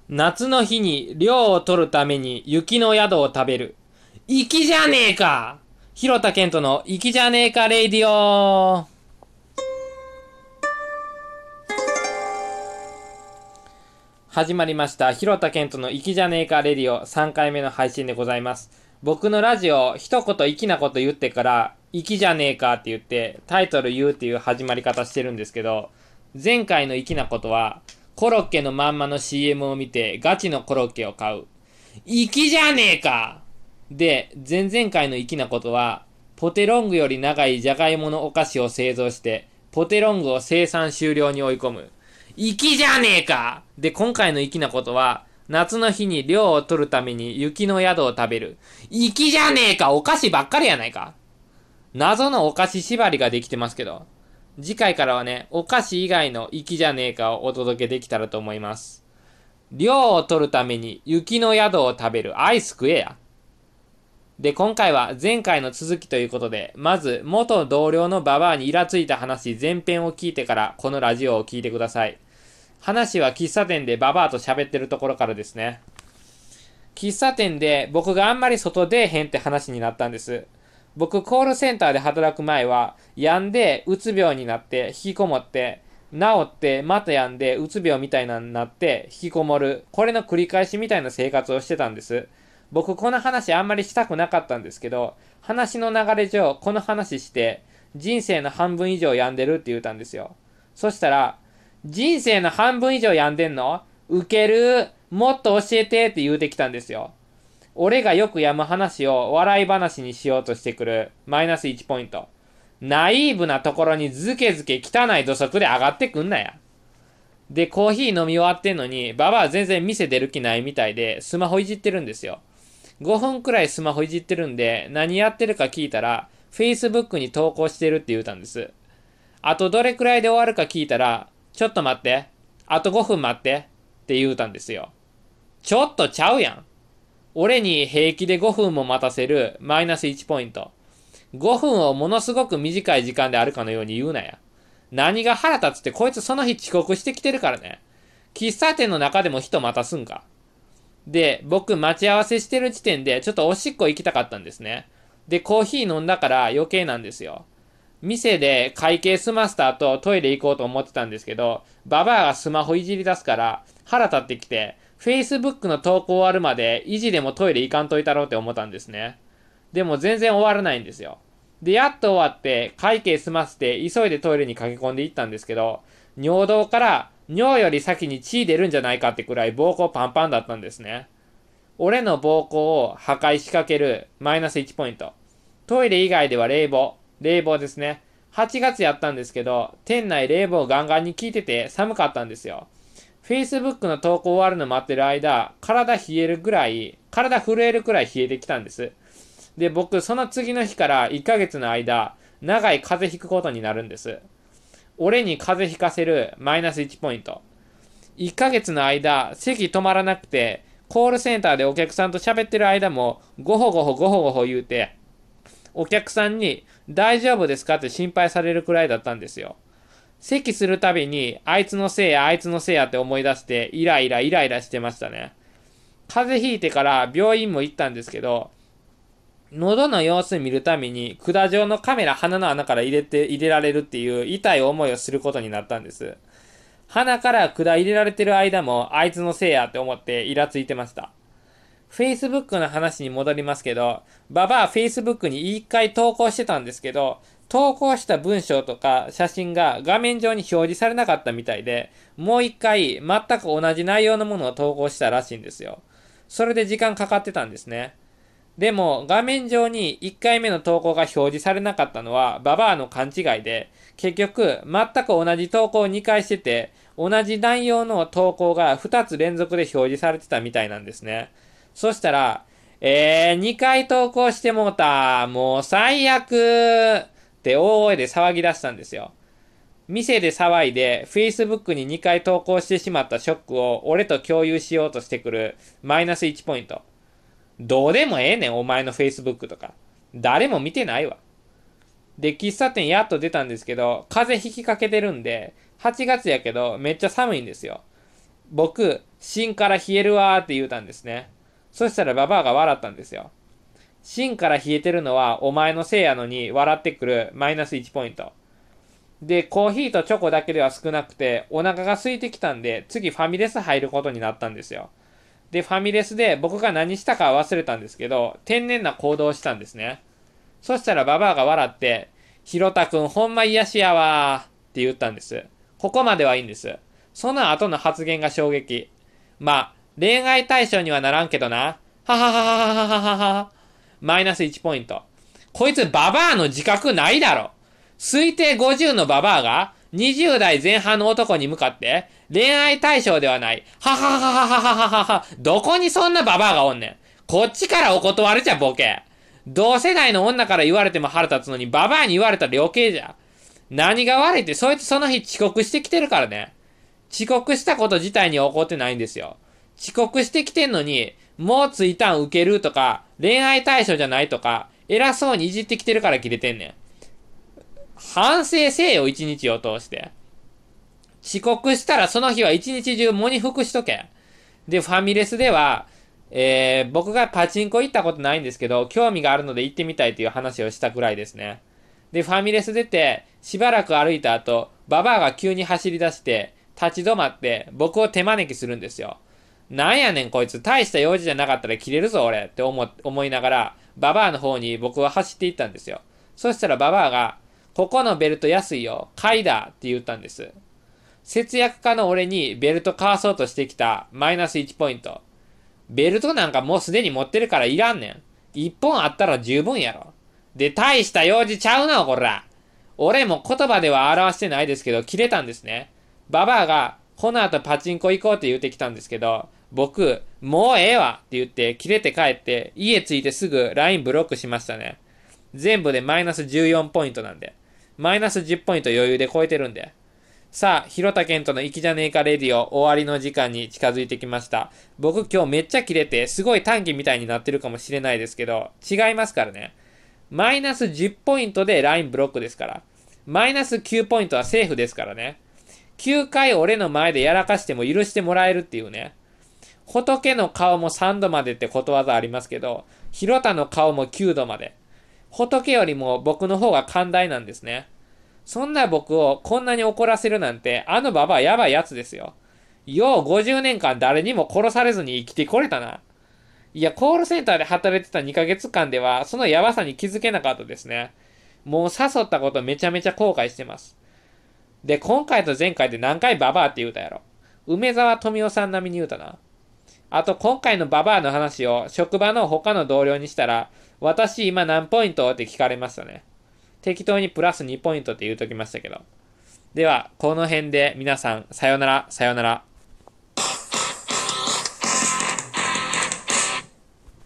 夏の日に涼を取るために雪の宿を食べる。粋じゃねえか。広田健人の粋じゃねえかレイディオ。始まりました。広田健人の粋じゃねえかレディオ3回目の配信でございます。僕のラジオ、一言粋なこと言ってから、粋じゃねえかって言って、タイトル言うっていう始まり方してるんですけど、前回の粋なことは、コロッケのまんまの CM を見て、ガチのコロッケを買う。粋じゃねえかで、前々回の粋なことは、ポテロングより長いジャガイモのお菓子を製造して、ポテロングを生産終了に追い込む。粋じゃねえかで、今回の粋なことは、夏の日に涼を取るために雪の宿を食べる。粋じゃねえかお菓子ばっかりやないか。謎のお菓子縛りができてますけど。次回からはね、お菓子以外の粋じゃねえかをお届けできたらと思います。涼を取るために雪の宿を食べる。アイス食えや。で、今回は前回の続きということで、まず元同僚のババアにイラついた話前編を聞いてからこのラジオを聞いてください。話は喫茶店でババアと喋ってるところからですね。喫茶店で僕があんまり外出えへんって話になったんです。僕コールセンターで働く前は病んでうつ病になって引きこもって治ってまた病んでうつ病みたいなになって引きこもる、これの繰り返しみたいな生活をしてたんです。僕この話あんまりしたくなかったんですけど、話の流れ上この話して人生の半分以上病んでるって言ったんですよ。そしたら、人生の半分以上病んでんの？ウケる。もっと教えてって言うてきたんですよ。俺がよく病む話を笑い話にしようとしてくる。マイナス1ポイント。ナイーブなところにズケズケ汚い土足で上がってくんなや。で、コーヒー飲み終わってんのに、ババア全然店出る気ないみたいで、スマホいじってるんですよ。5分くらいスマホいじってるんで、何やってるか聞いたら、Facebook に投稿してるって言うたんです。あとどれくらいで終わるか聞いたら、ちょっと待って。あと5分待って。って言うたんですよ。ちょっとちゃうやん。俺に平気で5分も待たせるマイナス1ポイント。5分をものすごく短い時間であるかのように言うなや。何が腹立つってこいつその日遅刻してきてるからね。喫茶店の中でも人待たすんか。で、僕待ち合わせしてる時点でちょっとおしっこ行きたかったんですね。で、コーヒー飲んだから余計なんですよ。店で会計済ませた後トイレ行こうと思ってたんですけど、ババアがスマホいじり出すから腹立ってきて、Facebook の投稿終わるまで意地でもトイレ行かんといたろうって思ったんですね。でも全然終わらないんですよ。で、やっと終わって会計済ませて急いでトイレに駆け込んでいったんですけど、尿道から尿より先に血出るんじゃないかってくらい膀胱パンパンだったんですね。俺の膀胱を破壊しかけるマイナス1ポイント。トイレ以外では冷房ですね。8月やったんですけど、店内冷房ガンガンに効いてて寒かったんですよ。Facebook の投稿終わるの待ってる間、体震えるぐらい、体震えるくらい冷えてきたんです。で、僕、その次の日から1ヶ月の間、長い風邪ひくことになるんです。俺に風邪ひかせるマイナス1ポイント。1ヶ月の間、席止まらなくて、コールセンターでお客さんと喋ってる間も、ごほごほごほごほ言うて、お客さんに大丈夫ですかって心配されるくらいだったんですよ。席するたびに、あいつのせいやあいつのせいやって思い出して、イライラしてましたね。風邪ひいてから病院も行ったんですけど、喉の様子見るために管状のカメラ鼻の穴から入れられるっていう痛い思いをすることになったんです。鼻から管入れられてる間もあいつのせいやって思ってイラついてました。Facebook の話に戻りますけど、ババア Facebook に一回投稿してたんですけど、投稿した文章とか写真が画面上に表示されなかったみたいで、もう一回全く同じ内容のものを投稿したらしいんですよ。それで時間かかってたんですね。でも画面上に1回目の投稿が表示されなかったのはババアの勘違いで、結局全く同じ投稿を2回してて、同じ内容の投稿が2つ連続で表示されてたみたいなんですね。そしたら、2回投稿してもうた。もう最悪って大声で騒ぎ出したんですよ。店で騒いで Facebook に2回投稿してしまったショックを俺と共有しようとしてくるマイナス1ポイント。どうでもええねん、お前の Facebook とか。誰も見てないわ。で、喫茶店やっと出たんですけど、風邪ひきかけてるんで、8月やけどめっちゃ寒いんですよ。 僕、芯から冷えるわーって言うたんですね。そしたらババアが笑ったんですよ。芯から冷えてるのはお前のせいやのに笑ってくるマイナス1ポイント。で、コーヒーとチョコだけでは少なくて、お腹が空いてきたんで、次ファミレス入ることになったんですよ。で、ファミレスで僕が何したか忘れたんですけど、天然な行動をしたんですね。そしたらババアが笑って、ひろたくんほんま癒しやわーって言ったんです。ここまではいいんです。その後の発言が衝撃。まあ、恋愛対象にはならんけどな。はははははははは。マイナス1ポイント。こいつババアの自覚ないだろ。推定50のババアが20代前半の男に向かって恋愛対象ではない。はははははははは。どこにそんなババアがおんねん。こっちからお断りじゃボケ。同世代の女から言われても腹立つのにババアに言われたら余計じゃ。何が悪いってそいつその日遅刻してきてるからね。遅刻したこと自体には怒ってないんですよ。遅刻してきてんのに、もうついたん受けるとか、恋愛対象じゃないとか、偉そうにいじってきてるから切れてんねん。反省せえよ、一日を通して。遅刻したらその日は一日中喪に服しとけ。で、ファミレスでは、僕がパチンコ行ったことないんですけど、興味があるので行ってみたいという話をしたくらいですね。で、ファミレス出て、しばらく歩いた後、ババアが急に走り出して、立ち止まって、僕を手招きするんですよ。なんやねんこいつ、大した用事じゃなかったら切れるぞ俺って思いながら、ババアの方に僕は走っていったんですよ。そしたらババアが、ここのベルト安いよ、買いだって言ったんです。節約家の俺にベルト買わそうとしてきたマイナス1ポイント。ベルトなんかもうすでに持ってるからいらんねん。一本あったら十分やろ。で、大した用事ちゃうな、こら。俺も言葉では表してないですけど、切れたんですね。ババアが、この後パチンコ行こうって言ってきたんですけど、僕、もうええわって言って、切れて帰って、家着いてすぐ LINE ブロックしましたね。全部でマイナス14ポイントなんで。マイナス10ポイント余裕で超えてるんで。さあ、ひろたけんとの生きじゃねえかレディオ終わりの時間に近づいてきました。僕今日めっちゃ切れて、すごい短期みたいになってるかもしれないですけど、違いますからね。マイナス10ポイントでラインブロックですから。マイナス9ポイントはセーフですからね。9回俺の前でやらかしても許してもらえるっていうね。仏の顔も3度までってことわざありますけど、ひろたの顔も9度まで。仏よりも僕の方が寛大なんですね。そんな僕をこんなに怒らせるなんて、あのババアやばいやつですよ。よう50年間誰にも殺されずに生きてこれたな。いや、コールセンターで働いてた2ヶ月間では、そのやばさに気づけなかったですね。もう誘ったことめちゃめちゃ後悔してます。で、今回と前回で何回ババアって言うたやろ。梅沢富美男さん並みに言うたな。あと、今回のババアの話を職場の他の同僚にしたら、私今何ポイントって聞かれましたね。適当にプラス2ポイントって言うときましたけど。では、この辺で皆さん、さよなら、さよなら。